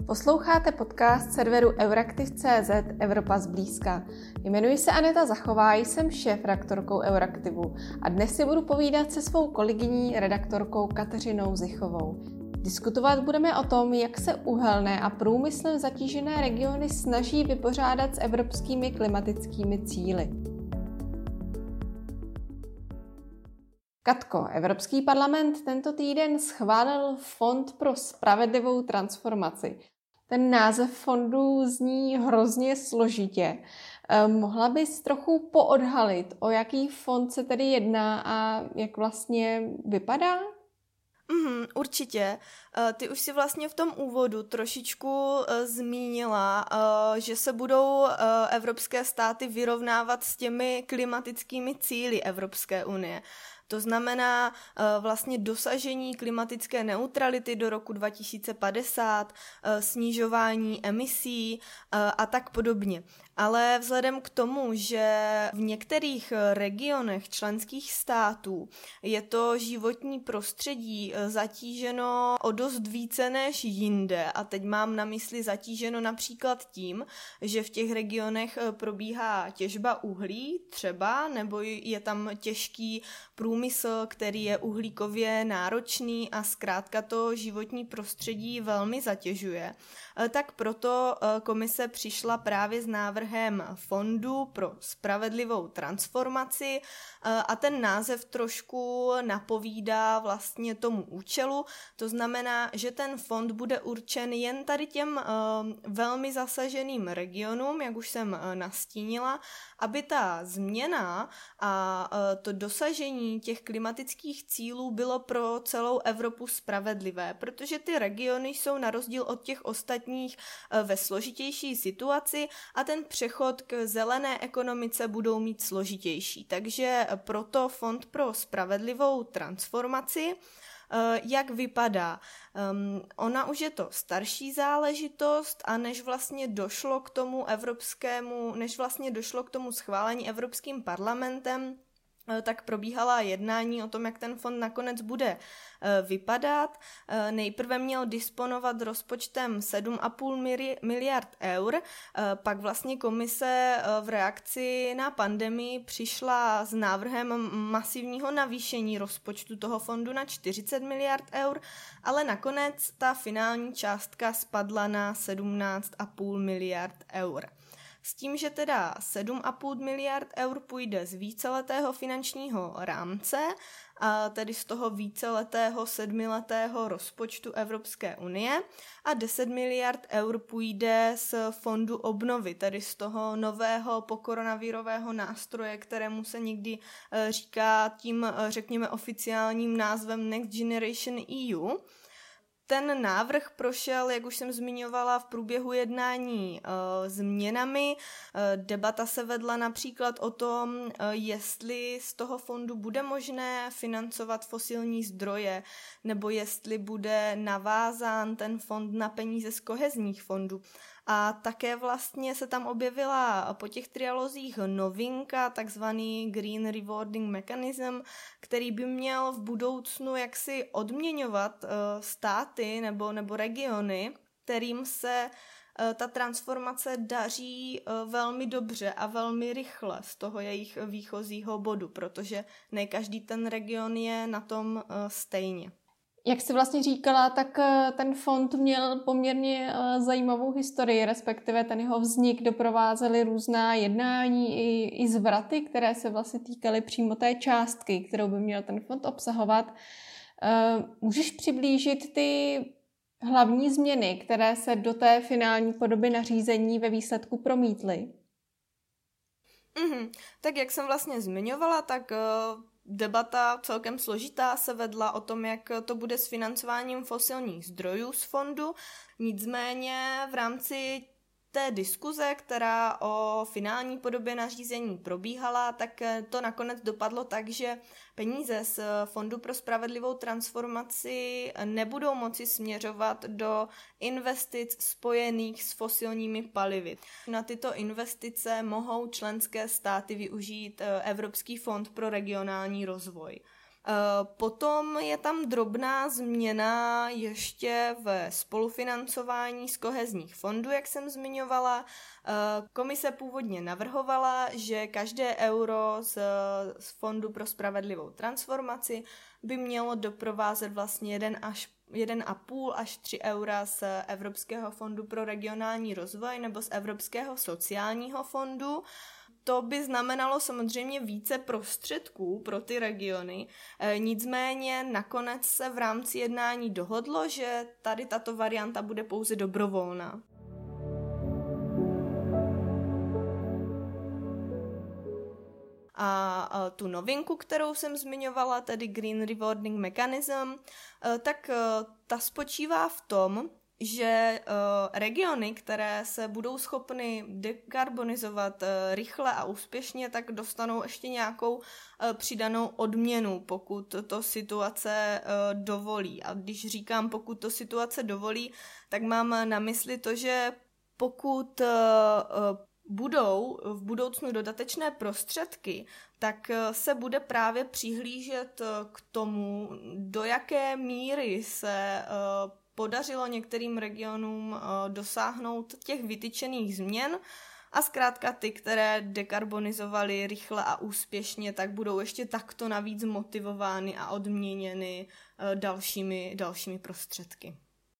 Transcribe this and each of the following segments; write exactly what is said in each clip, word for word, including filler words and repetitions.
Posloucháte podcast serveru Euraktiv tečka cé zet Evropa zblízka. Jmenuji se Aneta Zachová, jsem šéfredaktorkou Euraktivu a dnes si budu povídat se svou kolegyní redaktorkou Kateřinou Zichovou. Diskutovat budeme o tom, jak se uhelné a průmyslem zatížené regiony snaží vypořádat s evropskými klimatickými cíli. Katko, Evropský parlament tento týden schválil Fond pro spravedlivou transformaci. Ten název fondu zní hrozně složitě. Mohla bys trochu poodhalit, o jaký fond se tedy jedná a jak vlastně vypadá? Mm, určitě. Ty už si vlastně v tom úvodu trošičku zmínila, že se budou evropské státy vyrovnávat s těmi klimatickými cíli Evropské unie. To znamená vlastně dosažení klimatické neutrality do roku dva tisíce padesát, snižování emisí a tak podobně. Ale vzhledem k tomu, že v některých regionech členských států je to životní prostředí zatíženo o dost více než jinde, a teď mám na mysli zatíženo například tím, že v těch regionech probíhá těžba uhlí třeba, nebo je tam těžký průmysl, který je uhlíkově náročný a zkrátka to životní prostředí velmi zatěžuje, tak proto komise přišla právě s návrhem Fondu pro spravedlivou transformaci a ten název trošku napovídá vlastně tomu účelu. To znamená, že ten fond bude určen jen tady těm velmi zasaženým regionům, jak už jsem nastínila, aby ta změna a to dosažení těch klimatických cílů bylo pro celou Evropu spravedlivé, protože ty regiony jsou na rozdíl od těch ostatních ve složitější situaci a ten přechod k zelené ekonomice budou mít složitější. Takže proto Fond pro spravedlivou transformaci. Jak vypadá? Um, ona už je to starší záležitost a než vlastně došlo k tomu evropskému, než vlastně došlo k tomu schválení Evropským parlamentem, tak probíhala jednání o tom, jak ten fond nakonec bude vypadat. Nejprve měl disponovat rozpočtem sedm a půl miliard eur, pak vlastně komise v reakci na pandemii přišla s návrhem masivního navýšení rozpočtu toho fondu na čtyřicet miliard eur, ale nakonec ta finální částka spadla na sedmnáct a půl miliard eur. S tím, že teda sedm a půl miliard eur půjde z víceletého finančního rámce, a tedy z toho víceletého sedmiletého rozpočtu Evropské unie, a deset miliard eur půjde z fondu obnovy, tedy z toho nového pokoronavirového nástroje, kterému se někdy říká tím, řekněme, oficiálním názvem Next Generation E U. Ten návrh prošel, jak už jsem zmiňovala, v průběhu jednání e, změnami. E, debata se vedla například o tom, e, jestli z toho fondu bude možné financovat fosilní zdroje, nebo jestli bude navázán ten fond na peníze z kohezních fondů. A také vlastně se tam objevila po těch trialozích novinka, takzvaný Green Rewarding Mechanism, který by měl v budoucnu jaksi odměňovat uh, státy nebo, nebo regiony, kterým se uh, ta transformace daří uh, velmi dobře a velmi rychle z toho jejich výchozího bodu, protože ne každý ten region je na tom uh, stejně. Jak jsi vlastně říkala, tak ten fond měl poměrně zajímavou historii, respektive ten jeho vznik doprovázely různá jednání i, i zvraty, které se vlastně týkaly přímo té částky, kterou by měl ten fond obsahovat. Můžeš přiblížit ty hlavní změny, které se do té finální podoby nařízení ve výsledku promítly? Mm-hmm. Tak jak jsem vlastně zmiňovala, tak uh... debata celkem složitá se vedla o tom, jak to bude s financováním fosilních zdrojů z fondu. Nicméně v rámci té diskuze, která o finální podobě nařízení probíhala, tak to nakonec dopadlo tak, že peníze z Fondu pro spravedlivou transformaci nebudou moci směřovat do investic spojených s fosilními palivy. Na tyto investice mohou členské státy využít Evropský fond pro regionální rozvoj. Potom je tam drobná změna ještě ve spolufinancování z kohezních fondů, jak jsem zmiňovala. Komise původně navrhovala, že každé euro z, z Fondu pro spravedlivou transformaci by mělo doprovázet vlastně jeden až jeden a půl až tři eura z Evropského fondu pro regionální rozvoj nebo z Evropského sociálního fondu. To by znamenalo samozřejmě více prostředků pro ty regiony, nicméně nakonec se v rámci jednání dohodlo, že tady tato varianta bude pouze dobrovolná. A tu novinku, kterou jsem zmiňovala, tedy Green Rewarding Mechanism, tak ta spočívá v tom, že regiony, které se budou schopny dekarbonizovat rychle a úspěšně, tak dostanou ještě nějakou přidanou odměnu, pokud to situace dovolí. A když říkám, pokud to situace dovolí, tak mám na mysli to, že pokud budou v budoucnu dodatečné prostředky, tak se bude právě přihlížet k tomu, do jaké míry se podařilo některým regionům dosáhnout těch vytyčených změn a zkrátka ty, které dekarbonizovaly rychle a úspěšně, tak budou ještě takto navíc motivovány a odměněny dalšími, dalšími prostředky.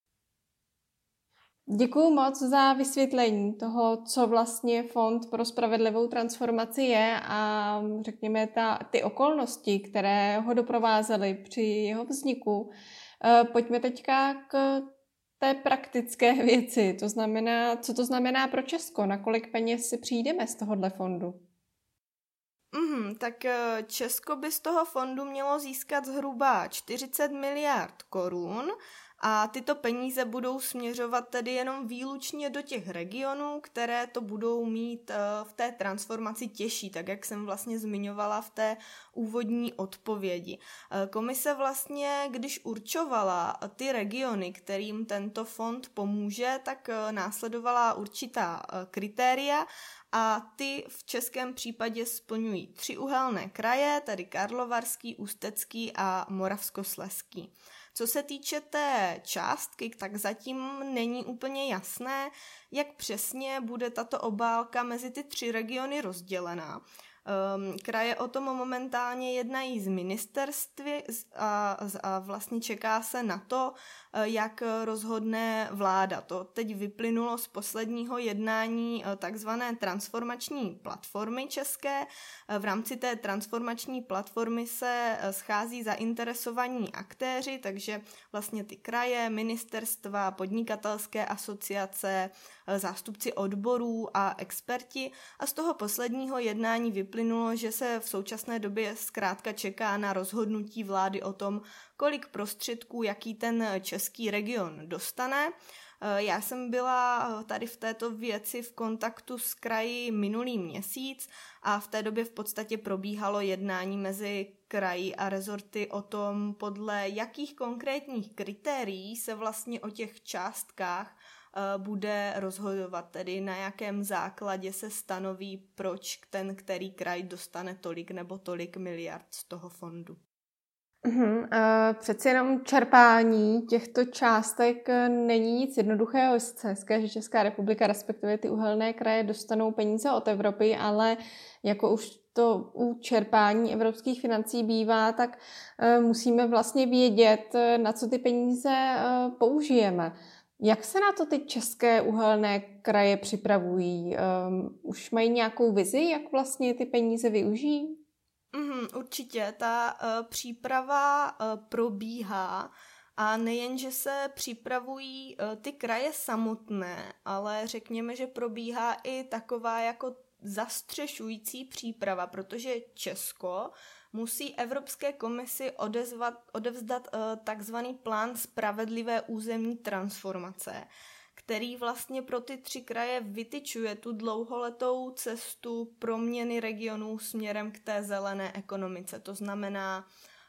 Děkuju moc za vysvětlení toho, co vlastně Fond pro spravedlivou transformaci je a řekněme ta, ty okolnosti, které ho doprovázely při jeho vzniku. Pojďme teďka k té praktické věci, to znamená, co to znamená pro Česko, na kolik peněz si přijdeme z tohohle fondu? Mm, tak Česko by z toho fondu mělo získat zhruba čtyřicet miliard korun a tyto peníze budou směřovat tedy jenom výlučně do těch regionů, které to budou mít v té transformaci těžší, tak jak jsem vlastně zmiňovala v té úvodní odpovědi. Komise vlastně, když určovala ty regiony, kterým tento fond pomůže, tak následovala určitá kritéria a ty v českém případě splňují tři uhelné kraje, tedy Karlovarský, Ústecký a Moravskoslezský. Co se týče té částky, tak zatím není úplně jasné, jak přesně bude tato obálka mezi ty tři regiony rozdělená. Kraje o tom momentálně jednají z ministerství a, a vlastně čeká se na to, jak rozhodne vláda. To teď vyplynulo z posledního jednání takzvané transformační platformy české. V rámci té transformační platformy se schází zainteresovaní aktéři, takže vlastně ty kraje, ministerstva, podnikatelské asociace, zástupci odborů a experti. A z toho posledního jednání vyplynulo, že se v současné době zkrátka čeká na rozhodnutí vlády o tom, kolik prostředků, jaký ten český region dostane. Já jsem byla tady v této věci v kontaktu s kraji minulý měsíc a v té době v podstatě probíhalo jednání mezi kraji a rezorty o tom, podle jakých konkrétních kritérií se vlastně o těch částkách bude rozhodovat, tedy na jakém základě se stanoví, proč ten, který kraj dostane tolik nebo tolik miliard z toho fondu. Uhum, uh, přeci jenom čerpání těchto částek není nic jednoduchého. Je hezké, že Česká republika, respektive ty uhelné kraje, dostanou peníze od Evropy, ale jako už to u čerpání evropských financí bývá, tak uh, musíme vlastně vědět, na co ty peníze uh, použijeme. Jak se na to ty české uhelné kraje připravují? Um, už mají nějakou vizi, jak vlastně ty peníze využijí? Mm, určitě, ta uh, příprava uh, probíhá a nejen, že se připravují uh, ty kraje samotné, ale řekněme, že probíhá i taková jako zastřešující příprava, protože Česko musí Evropské komisi odezvat, odevzdat uh, takzvaný plán spravedlivé územní transformace, který vlastně pro ty tři kraje vytyčuje tu dlouholetou cestu proměny regionů směrem k té zelené ekonomice. To znamená,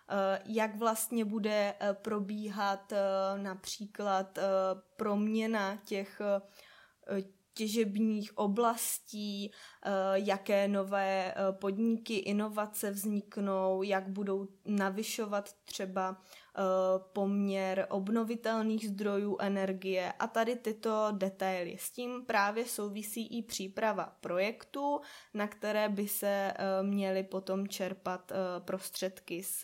jak vlastně bude probíhat například proměna těch těžebních oblastí, jaké nové podniky, inovace vzniknou, jak budou navyšovat třeba poměr obnovitelných zdrojů energie a tady tyto detaily. S tím právě souvisí i příprava projektů, na které by se měly potom čerpat prostředky z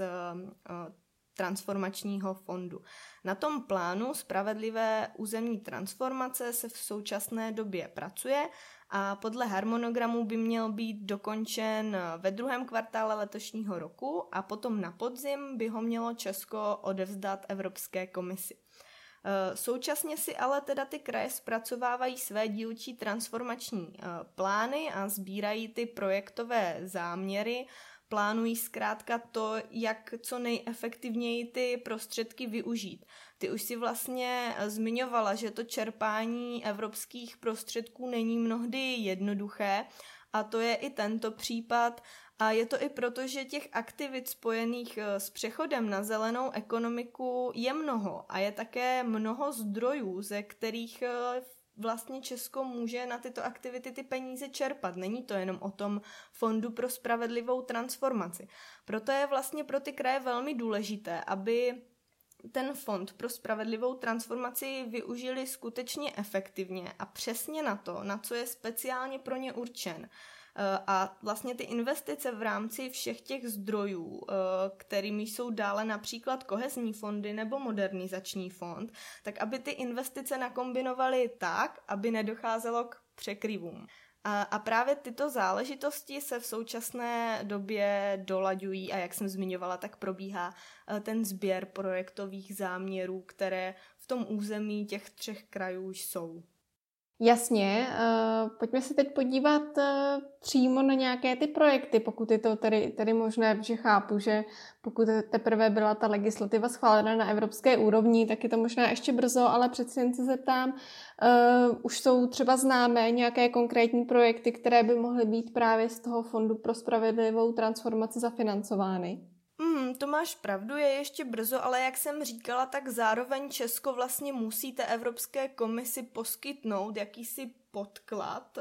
transformačního fondu. Na tom plánu spravedlivé územní transformace se v současné době pracuje a podle harmonogramu by měl být dokončen ve druhém kvartále letošního roku a potom na podzim by ho mělo Česko odevzdat Evropské komisi. Současně si ale teda ty kraje zpracovávají své dílčí transformační plány a sbírají ty projektové záměry, plánují zkrátka to, jak co nejefektivněji ty prostředky využít. Ty už si vlastně zmiňovala, že to čerpání evropských prostředků není mnohdy jednoduché a to je i tento případ a je to i proto, že těch aktivit spojených s přechodem na zelenou ekonomiku je mnoho a je také mnoho zdrojů, ze kterých vlastně Česko může na tyto aktivity ty peníze čerpat. Není to jenom o tom Fondu pro spravedlivou transformaci. Proto je vlastně pro ty kraje velmi důležité, aby ten Fond pro spravedlivou transformaci využili skutečně efektivně a přesně na to, na co je speciálně pro ně určen. A vlastně ty investice v rámci všech těch zdrojů, kterými jsou dále například kohezní fondy nebo modernizační fond, tak aby ty investice nakombinovaly tak, aby nedocházelo k překryvům. A, a právě tyto záležitosti se v současné době dolaďují a jak jsem zmiňovala, tak probíhá ten sběr projektových záměrů, které v tom území těch třech krajů jsou. Jasně, uh, pojďme se teď podívat uh, přímo na nějaké ty projekty, pokud je to tedy, tedy možné, protože chápu, že pokud teprve byla ta legislativa schválena na evropské úrovni, tak je to možná ještě brzo, ale přeci jen se zeptám, uh, už jsou třeba známé nějaké konkrétní projekty, které by mohly být právě z toho Fondu pro spravedlivou transformaci zafinancovány? Mm, to máš pravdu, je ještě brzo, ale jak jsem říkala, tak zároveň Česko vlastně musí té Evropské komisi poskytnout jakýsi podklad,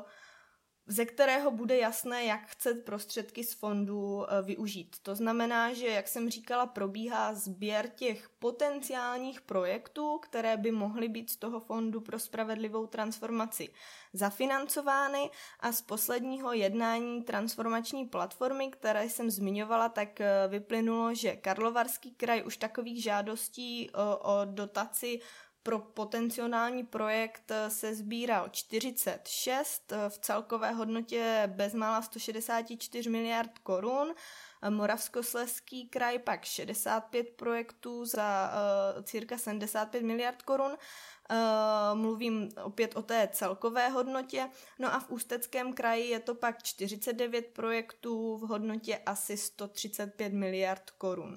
ze kterého bude jasné, jak chce prostředky z fondu využít. To znamená, že, jak jsem říkala, probíhá sběr těch potenciálních projektů, které by mohly být z toho Fondu pro spravedlivou transformaci zafinancovány a z posledního jednání transformační platformy, které jsem zmiňovala, tak vyplynulo, že Karlovarský kraj už takových žádostí o, o dotaci pro potenciální projekt se sbíral čtyřicet šest v celkové hodnotě bezmála sto šedesát čtyři miliard korun. Moravskoslezský kraj pak šedesát pět projektů za uh, cirka sedmdesát pět miliard korun. Uh, mluvím opět o té celkové hodnotě. No a v Ústeckém kraji je to pak čtyřicet devět projektů v hodnotě asi sto třicet pět miliard korun.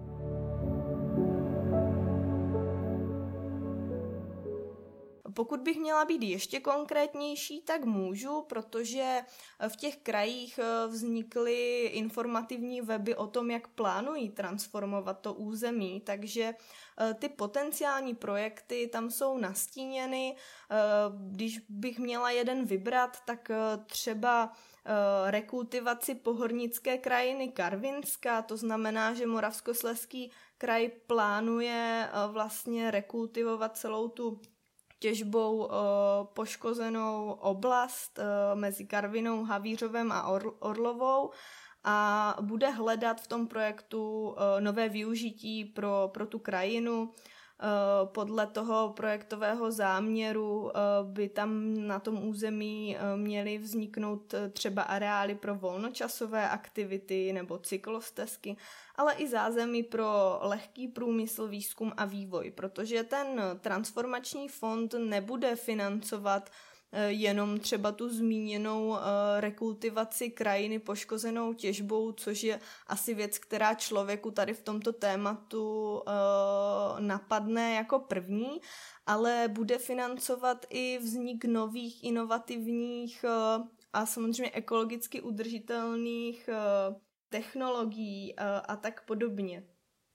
Pokud bych měla být ještě konkrétnější, tak můžu, protože v těch krajích vznikly informativní weby o tom, jak plánují transformovat to území, takže ty potenciální projekty tam jsou nastíněny. Když bych měla jeden vybrat, tak třeba rekultivaci pohornické krajiny Karvinska, to znamená, že Moravskoslezský kraj plánuje vlastně rekultivovat celou tu těžbou uh, poškozenou oblast uh, mezi Karvinou, Havířovem a Or- Orlovou a bude hledat v tom projektu uh, nové využití pro, pro tu krajinu. Uh, podle toho projektového záměru uh, by tam na tom území uh, měly vzniknout uh, třeba areály pro volnočasové aktivity nebo cyklostezky, ale i zázemí pro lehký průmysl, výzkum a vývoj, protože ten transformační fond nebude financovat jenom třeba tu zmíněnou rekultivaci krajiny poškozenou těžbou, což je asi věc, která člověku tady v tomto tématu napadne jako první, ale bude financovat i vznik nových inovativních a samozřejmě ekologicky udržitelných technologií a tak podobně.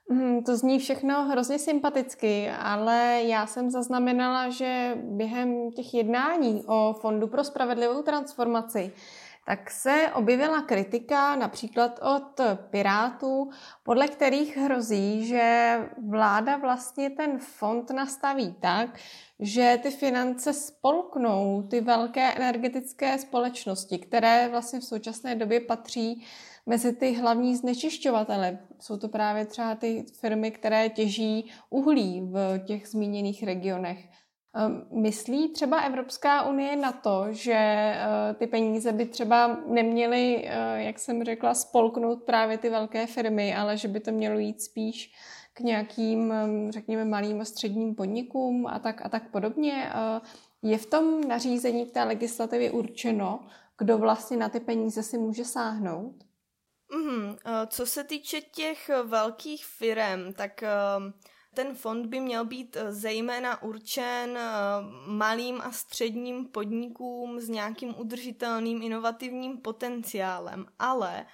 Hmm, to zní všechno hrozně sympaticky, ale já jsem zaznamenala, že během těch jednání o Fondu pro spravedlivou transformaci tak se objevila kritika například od Pirátů, podle kterých hrozí, že vláda vlastně ten fond nastaví tak, že ty finance spolknou ty velké energetické společnosti, které vlastně v současné době patří mezi ty hlavní znečišťovatele. Jsou to právě třeba ty firmy, které těží uhlí v těch zmíněných regionech. Myslí třeba Evropská unie na to, že ty peníze by třeba neměly, jak jsem řekla, spolknout právě ty velké firmy, ale že by to mělo jít spíš k nějakým, řekněme, malým a středním podnikům a tak, a tak podobně? Je v tom nařízení, v té legislativě určeno, kdo vlastně na ty peníze si může sáhnout? Mm, co se týče těch velkých firem, tak ten fond by měl být zejména určen malým a středním podnikům s nějakým udržitelným inovativním potenciálem, ale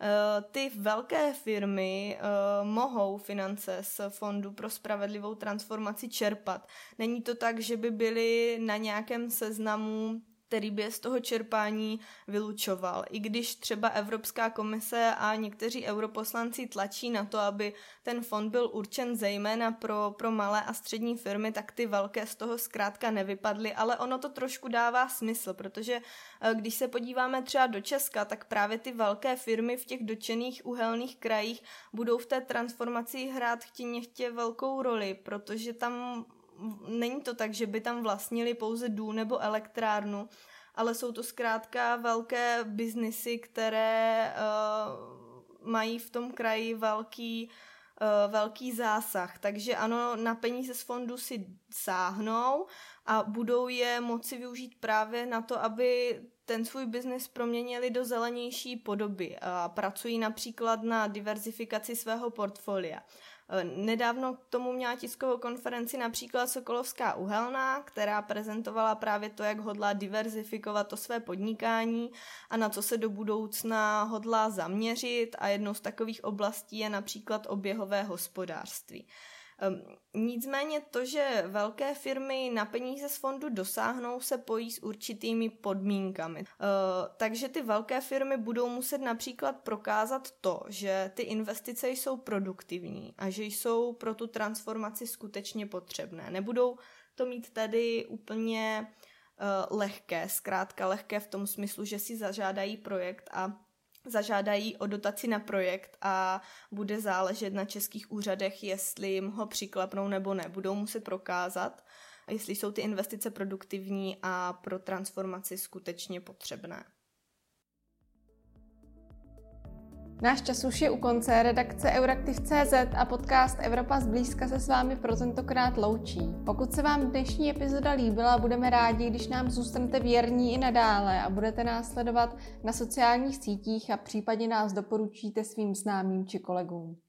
ty velké firmy mohou finance z Fondu pro spravedlivou transformaci čerpat. Není to tak, že by byly na nějakém seznamu, který by je z toho čerpání vylučoval. I když třeba Evropská komise a někteří europoslanci tlačí na to, aby ten fond byl určen zejména pro, pro malé a střední firmy, tak ty velké z toho zkrátka nevypadly, ale ono to trošku dává smysl, protože když se podíváme třeba do Česka, tak právě ty velké firmy v těch dotčených uhelných krajích budou v té transformaci hrát chtě nechtě velkou roli, protože tam není to tak, že by tam vlastnili pouze důl nebo elektrárnu, ale jsou to zkrátka velké biznisy, které uh, mají v tom kraji velký, uh, velký zásah. Takže ano, na peníze z fondu si sáhnou a budou je moci využít právě na to, aby ten svůj biznis proměnili do zelenější podoby. A pracují například na diverzifikaci svého portfolia. Nedávno k tomu měla tiskovou konferenci například Sokolovská uhelná, která prezentovala právě to, jak hodlá diverzifikovat to své podnikání a na co se do budoucna hodlá zaměřit, a jednou z takových oblastí je například oběhové hospodářství. Nicméně to, že velké firmy na peníze z fondu dosáhnou, se pojí s určitými podmínkami. Takže ty velké firmy budou muset například prokázat to, že ty investice jsou produktivní a že jsou pro tu transformaci skutečně potřebné. Nebudou to mít tedy úplně lehké, zkrátka lehké v tom smyslu, že si zažádají projekt a zažádají o dotaci na projekt a bude záležet na českých úřadech, jestli jim ho přiklapnou nebo ne. Budou muset prokázat, jestli jsou ty investice produktivní a pro transformaci skutečně potřebné. Náš čas už je u konce. Redakce Euraktiv tečka cé zet a podcast Evropa zblízka se s vámi pro tentokrát loučí. Pokud se vám dnešní epizoda líbila, budeme rádi, když nám zůstanete věrní i nadále a budete nás sledovat na sociálních sítích a případně nás doporučíte svým známým či kolegům.